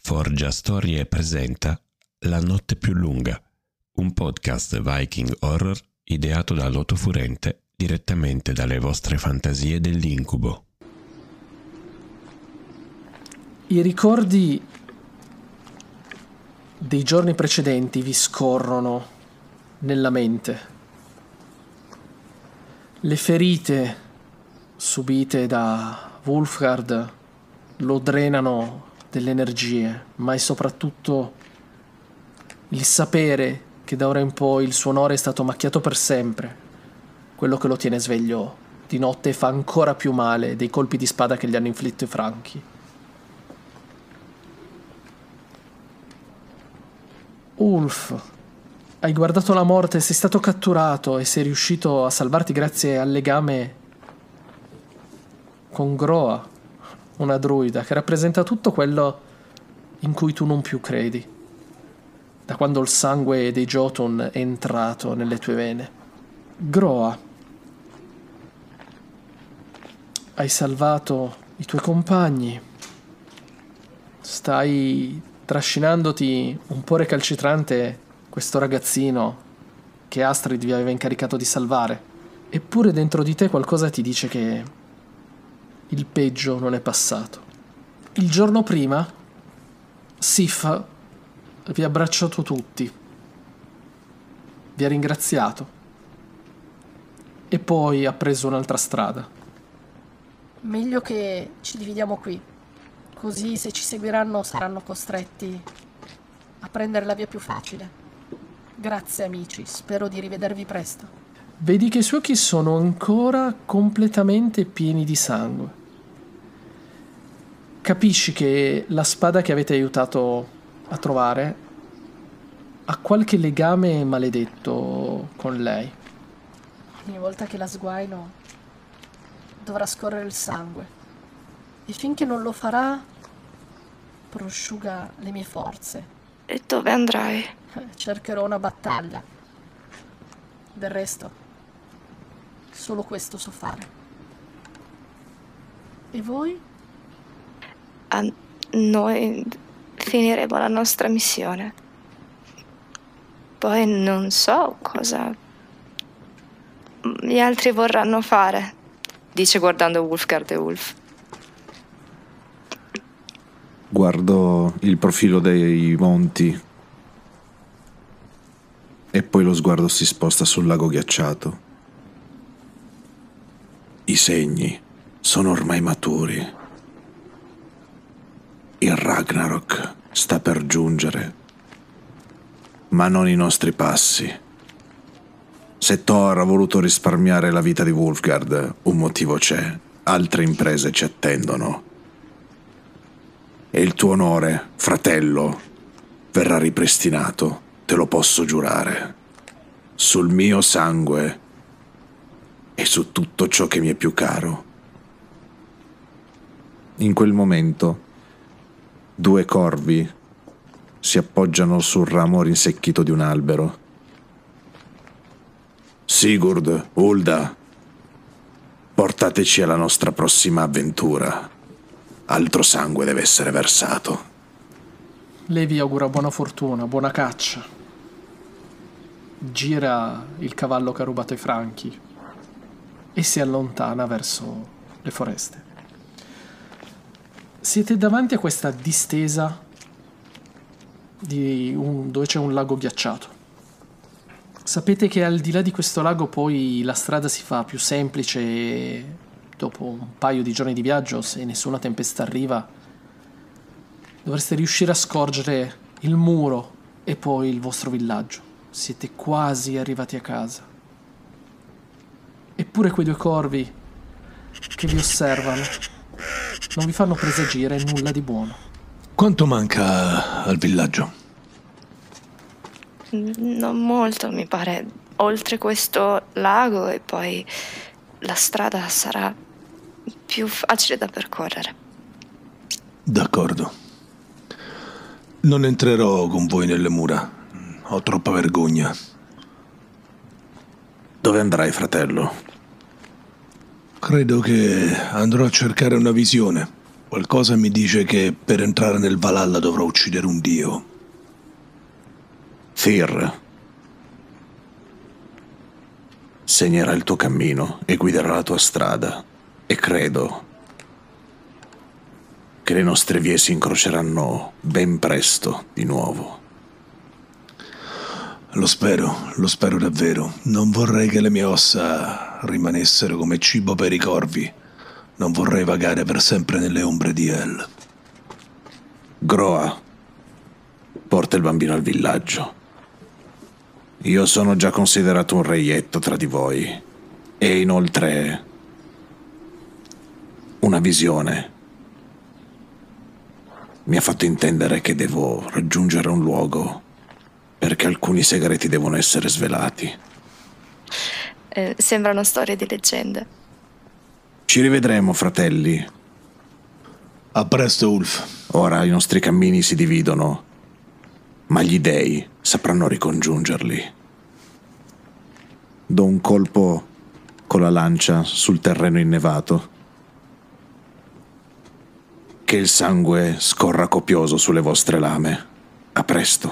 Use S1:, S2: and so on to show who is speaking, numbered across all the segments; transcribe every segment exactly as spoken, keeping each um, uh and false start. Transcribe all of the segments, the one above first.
S1: Forgia Storie presenta La notte più lunga, un podcast Viking horror ideato da Loto Furente direttamente dalle vostre fantasie dell'incubo.
S2: I ricordi dei giorni precedenti vi scorrono nella mente. Le ferite subite da Wulfgar lo drenano delle energie, ma è soprattutto il sapere che da ora in poi il suo onore è stato macchiato per sempre, quello che lo tiene sveglio di notte e fa ancora più male dei colpi di spada che gli hanno inflitto i Franchi. Ulf, hai guardato la morte, sei stato catturato e sei riuscito a salvarti grazie al legame con Groa, una druida che rappresenta tutto quello in cui tu non più credi, da quando il sangue dei Jotun è entrato nelle tue vene. Groa, hai salvato i tuoi compagni, stai trascinandoti un po' recalcitrante questo ragazzino che Astrid vi aveva incaricato di salvare. Eppure dentro di te qualcosa ti dice che il peggio non è passato. Il giorno prima Sif vi ha abbracciato tutti, vi ha ringraziato e poi ha preso un'altra strada.
S3: Meglio che ci dividiamo qui, così se ci seguiranno saranno costretti a prendere la via più facile. Grazie amici, spero di rivedervi presto.
S2: Vedi che i suoi occhi sono ancora completamente pieni di sangue. Capisci che la spada che avete aiutato a trovare ha qualche legame maledetto con lei.
S3: Ogni volta che la sguaino dovrà scorrere il sangue e finché non lo farà prosciuga le mie forze.
S4: E dove andrai?
S3: Cercherò una battaglia. Del resto, solo questo so fare. E voi?
S4: A noi finiremo la nostra missione. Poi non so cosa gli altri vorranno fare, dice guardando Wulfgar e Ulf.
S5: Guardo il profilo dei monti e poi lo sguardo si sposta sul lago ghiacciato. I segni sono ormai maturi. Il Ragnarok sta per giungere, ma non i nostri passi. Se Thor ha voluto risparmiare la vita di Wulfgar, un motivo c'è. Altre imprese ci attendono. E il tuo onore, fratello, verrà ripristinato, te lo posso giurare. Sul mio sangue e su tutto ciò che mi è più caro. In quel momento due corvi si appoggiano sul ramo rinsecchito di un albero. Sigurd, Ulda, portateci alla nostra prossima avventura. Altro sangue deve essere versato.
S2: Lei vi augura buona fortuna, buona caccia. Gira il cavallo che ha rubato ai Franchi e si allontana verso le foreste. Siete davanti a questa distesa di un, dove c'è un lago ghiacciato. Sapete che al di là di questo lago poi la strada si fa più semplice e dopo un paio di giorni di viaggio, se nessuna tempesta arriva, dovreste riuscire a scorgere il muro e poi il vostro villaggio. Siete quasi arrivati a casa. Eppure quei due corvi che vi osservano non vi fanno presagire nulla di buono.
S6: Quanto manca al villaggio?
S4: Non molto, mi pare. Oltre questo lago e poi la strada sarà più facile da percorrere.
S6: D'accordo. Non entrerò con voi nelle mura. Ho troppa vergogna.
S5: Dove andrai, fratello?
S6: Credo che andrò a cercare una visione. Qualcosa mi dice che per entrare nel Valhalla dovrò uccidere un dio.
S5: Tyr segnerà il tuo cammino e guiderà la tua strada, e credo che le nostre vie si incroceranno ben presto di nuovo.
S6: Lo spero, lo spero davvero. Non vorrei che le mie ossa rimanessero come cibo per i corvi. Non vorrei vagare per sempre nelle ombre di El.
S5: Groa, porta il bambino al villaggio. Io sono già considerato un reietto tra di voi, e inoltre una visione mi ha fatto intendere che devo raggiungere un luogo perché alcuni segreti devono essere svelati.
S4: Eh, sembrano storie di leggenda.
S5: Ci rivedremo, fratelli.
S6: A presto, Ulf.
S5: Ora i nostri cammini si dividono, ma gli dei sapranno ricongiungerli. Do un colpo con la lancia sul terreno innevato. Che il sangue scorra copioso sulle vostre lame. A presto.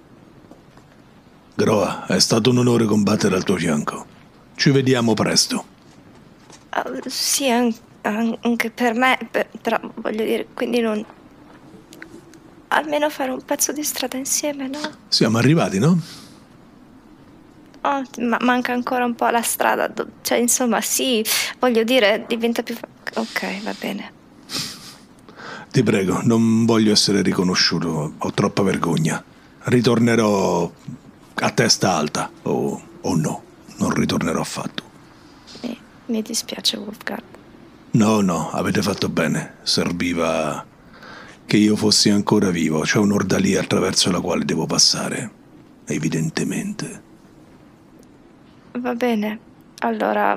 S6: Groa, è stato un onore combattere al tuo fianco. Ci vediamo presto.
S4: Uh, sì, an- an- anche per me, per- però voglio dire, quindi non... Almeno fare un pezzo di strada insieme, no?
S6: Siamo arrivati, no?
S4: Oh, ma manca ancora un po' la strada, do- cioè insomma sì, voglio dire, diventa più... fa- Ok, va bene.
S6: Ti prego, non voglio essere riconosciuto, ho troppa vergogna. Ritornerò a testa alta, o, o no, non ritornerò affatto.
S4: Mi, mi dispiace, Wolfgard.
S6: No, no, avete fatto bene, serviva che io fossi ancora vivo, c'è un'ordalia attraverso la quale devo passare, evidentemente.
S4: Va bene, allora...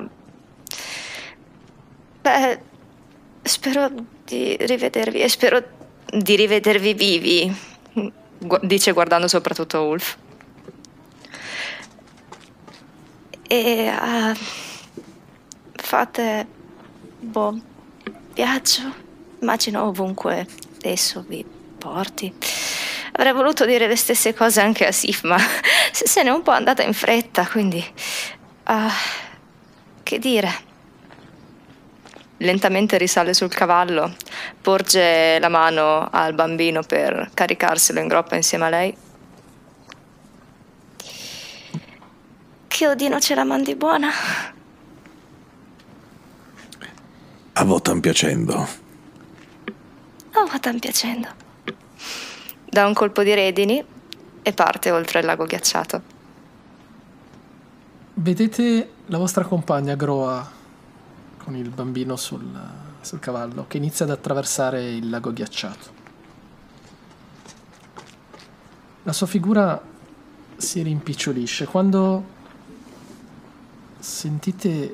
S4: Beh, spero di rivedervi e spero di rivedervi vivi, gu- dice guardando soprattutto Ulf. E uh, fate buon viaggio, immagino ovunque esso vi porti. Avrei voluto dire le stesse cose anche a Sif, ma se n'è un po' andata in fretta, quindi uh, che dire. Lentamente risale sul cavallo, porge la mano al bambino per caricarselo in groppa insieme a lei. Che Odino ce la mandi buona.
S5: A votan piacendo.
S4: Oh, ma tan piacendo. Dà un colpo di redini e parte oltre il lago ghiacciato.
S2: Vedete la vostra compagna Groa con il bambino sul, sul cavallo che inizia ad attraversare il lago ghiacciato. La sua figura si rimpicciolisce quando sentite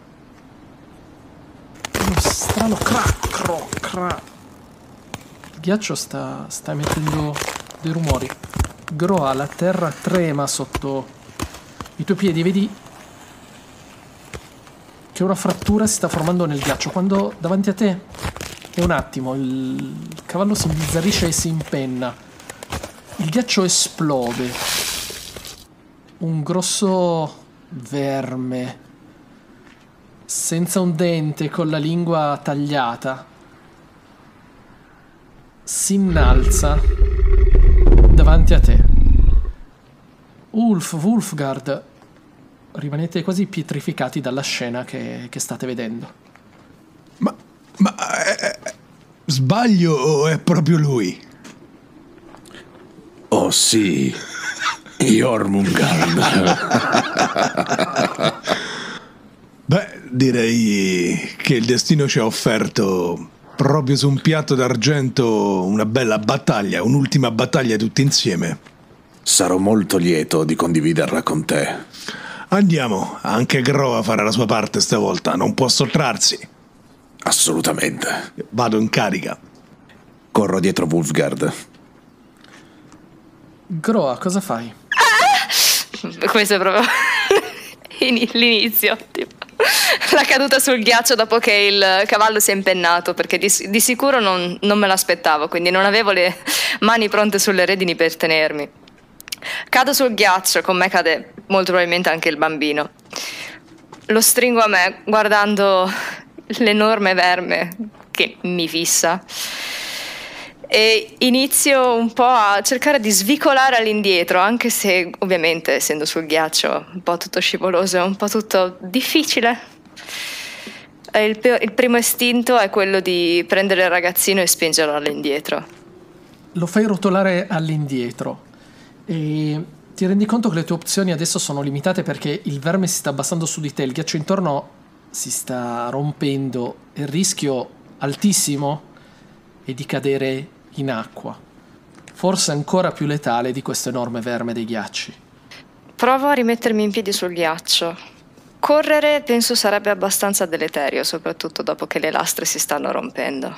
S2: uno strano crac, cro, crac. Il ghiaccio sta, sta emettendo dei rumori. Groa, la terra trema sotto i tuoi piedi, vedi che una frattura si sta formando nel ghiaccio quando davanti a te è un attimo il cavallo si imbizzarrisce e si impenna, il ghiaccio esplode, un grosso verme senza un dente con la lingua tagliata si innalza davanti a te. Ulf, Wolfgard, rimanete quasi pietrificati dalla scena che, che state vedendo.
S6: Ma, ma eh, sbaglio o è proprio lui?
S5: Oh sì, Jormungand.
S6: Beh, direi che il destino ci ha offerto proprio su un piatto d'argento una bella battaglia, un'ultima battaglia tutti insieme.
S5: Sarò molto lieto di condividerla con te.
S6: Andiamo, anche Groa farà la sua parte stavolta, non può sottrarsi.
S5: Assolutamente.
S6: Vado in carica.
S5: Corro dietro Wolfgard.
S2: Groa, cosa fai?
S4: Ah! Questo è proprio l'inizio, tipo. la caduta sul ghiaccio dopo che il cavallo si è impennato, perché di, di sicuro non, non me l'aspettavo, quindi non avevo le mani pronte sulle redini per tenermi. Cado sul ghiaccio, con me cade molto probabilmente anche il bambino. Lo stringo a me, guardando l'enorme verme che mi fissa, e inizio un po' a cercare di svicolare all'indietro, anche se ovviamente essendo sul ghiaccio un po' tutto scivoloso, è un po' tutto difficile. Il, il primo istinto è quello di prendere il ragazzino e spingerlo all'indietro.
S2: Lo fai rotolare all'indietro e ti rendi conto che le tue opzioni adesso sono limitate perché il verme si sta abbassando su di te, il ghiaccio intorno si sta rompendo e il rischio altissimo è di cadere in acqua, forse ancora più letale di questo enorme verme dei ghiacci.
S4: Provo a rimettermi in piedi sul ghiaccio. Correre penso sarebbe abbastanza deleterio, soprattutto dopo che le lastre si stanno rompendo.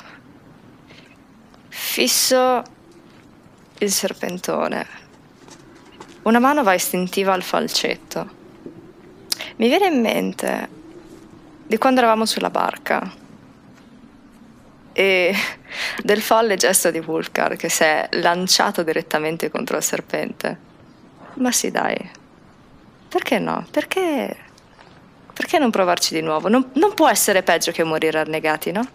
S4: Fisso il serpentone. Una mano va istintiva al falcetto. Mi viene in mente di quando eravamo sulla barca e del folle gesto di Wulfgar che si è lanciato direttamente contro il serpente. Ma sì, dai, perché no? Perché, perché non provarci di nuovo? Non, non può essere peggio che morire annegati, no?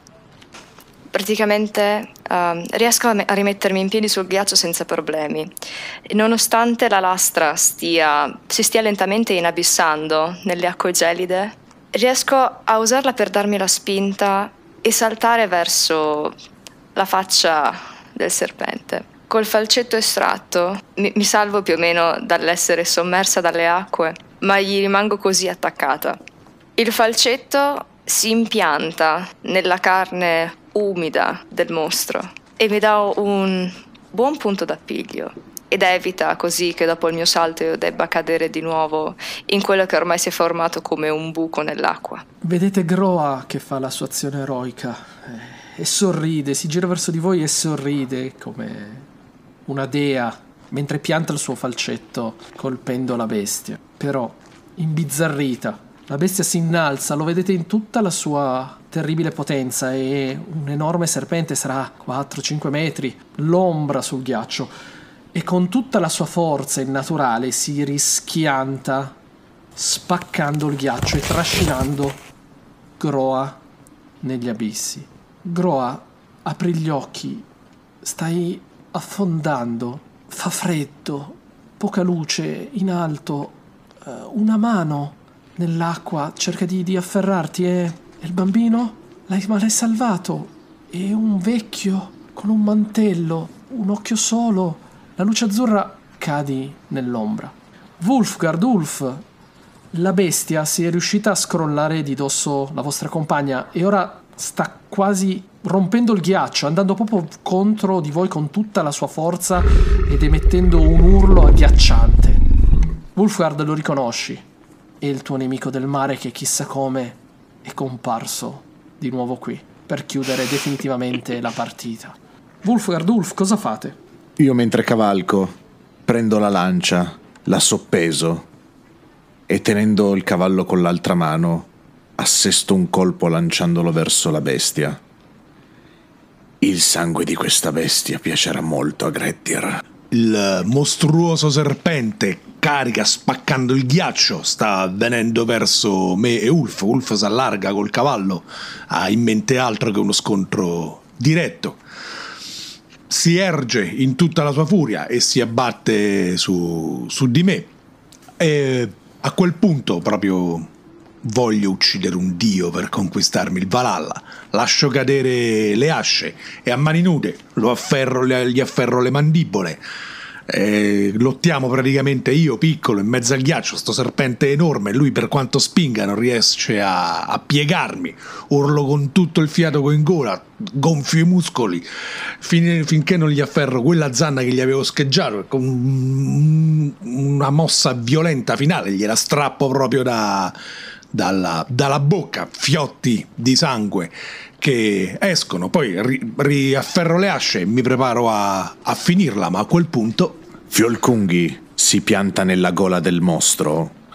S4: Praticamente um, riesco a, me- a rimettermi in piedi sul ghiaccio senza problemi. E nonostante la lastra stia, si stia lentamente inabissando nelle acque gelide, riesco a usarla per darmi la spinta e saltare verso la faccia del serpente. Col falcetto estratto mi, mi salvo più o meno dall'essere sommersa dalle acque, ma gli rimango così attaccata. Il falcetto si impianta nella carne umida del mostro e mi dà un buon punto d'appiglio ed evita così che dopo il mio salto io debba cadere di nuovo in quello che ormai si è formato come un buco nell'acqua.
S2: Vedete Groa che fa la sua azione eroica e sorride, si gira verso di voi e sorride come una dea mentre pianta il suo falcetto colpendo la bestia. Però, imbizzarrita, la bestia si innalza, lo vedete in tutta la sua terribile potenza, e un enorme serpente sarà quattro cinque metri, l'ombra sul ghiaccio, e con tutta la sua forza innaturale si rischianta, spaccando il ghiaccio e trascinando Groa negli abissi. Groa, apri gli occhi, stai affondando, fa freddo, poca luce in alto, una mano nell'acqua cerca di, di afferrarti e il bambino? L'hai, ma l'hai salvato. E un vecchio con un mantello, un occhio solo, la luce azzurra, cadi nell'ombra. Wulfgar, Ulf, la bestia si è riuscita a scrollare di dosso la vostra compagna e ora sta quasi rompendo il ghiaccio, andando proprio contro di voi con tutta la sua forza ed emettendo un urlo agghiacciante. Wulfgar, lo riconosci? È il tuo nemico del mare che chissà come è comparso di nuovo qui per chiudere definitivamente la partita. Wulfgar, Ulf, cosa fate?
S5: Io mentre cavalco prendo la lancia, la soppeso e tenendo il cavallo con l'altra mano assesto un colpo lanciandolo verso la bestia. Il sangue di questa bestia piacerà molto a Grettir.
S6: Il mostruoso serpente carica spaccando il ghiaccio, sta venendo verso me e Ulf. Ulf si allarga col cavallo, ha in mente altro che uno scontro diretto. Si erge in tutta la sua furia e si abbatte su, su di me. E a quel punto proprio voglio uccidere un dio per conquistarmi il Valhalla. Lascio cadere le asce e a mani nude lo afferro, gli afferro le mandibole. E lottiamo praticamente io piccolo in mezzo al ghiaccio, sto serpente enorme, lui per quanto spinga non riesce a, a piegarmi. Urlo con tutto il fiato in gola, gonfio i muscoli fin, finché non gli afferro quella zanna che gli avevo scheggiato, e con una mossa violenta finale gliela strappo proprio da, dalla, dalla bocca, fiotti di sangue che escono. Poi ri, riafferro le asce e mi preparo a, a finirla, ma a quel punto
S5: Fiolkunghi si pianta nella gola del mostro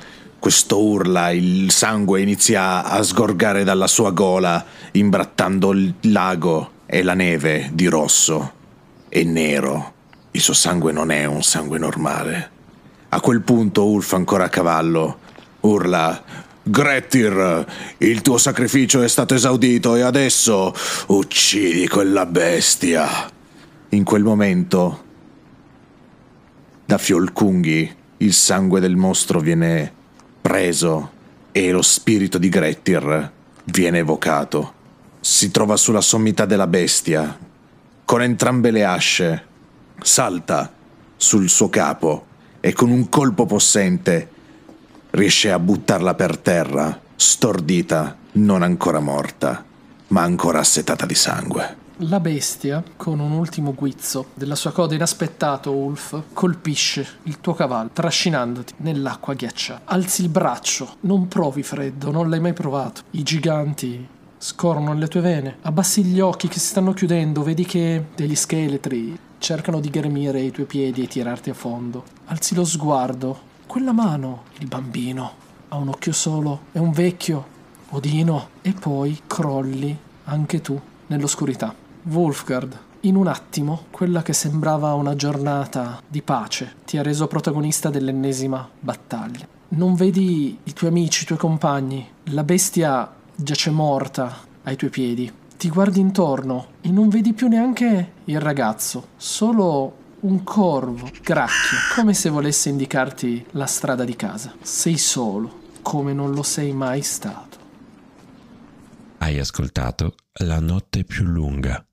S5: Questo urla, il sangue inizia a sgorgare dalla sua gola, imbrattando il lago e la neve di rosso e nero. Il suo sangue non è un sangue normale. A quel punto Ulf, ancora a cavallo, urla: Grettir, il tuo sacrificio è stato esaudito e adesso uccidi quella bestia. In quel momento, da Fjolkunghi, il sangue del mostro viene preso e lo spirito di Grettir viene evocato. Si trova sulla sommità della bestia, con entrambe le asce, salta sul suo capo e con un colpo possente riesce a buttarla per terra, stordita, non ancora morta, ma ancora assetata di sangue.
S2: La bestia, con un ultimo guizzo della sua coda inaspettato, Ulf, colpisce il tuo cavallo, trascinandoti nell'acqua ghiacciata. Alzi il braccio, non provi freddo, non l'hai mai provato. I giganti scorrono nelle tue vene. Abbassi gli occhi che si stanno chiudendo, vedi che degli scheletri cercano di ghermire i tuoi piedi e tirarti a fondo. Alzi lo sguardo. Quella mano, il bambino, ha un occhio solo, è un vecchio, Odino, e poi crolli anche tu nell'oscurità. Wulfgard, in un attimo, quella che sembrava una giornata di pace ti ha reso protagonista dell'ennesima battaglia. Non vedi i tuoi amici, i tuoi compagni, la bestia giace morta ai tuoi piedi. Ti guardi intorno e non vedi più neanche il ragazzo, solo un corvo gracchio, come se volesse indicarti la strada di casa. Sei solo, come non lo sei mai stato.
S1: Hai ascoltato La notte più lunga.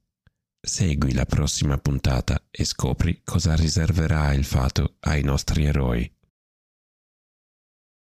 S1: Segui la prossima puntata e scopri cosa riserverà il fato ai nostri eroi.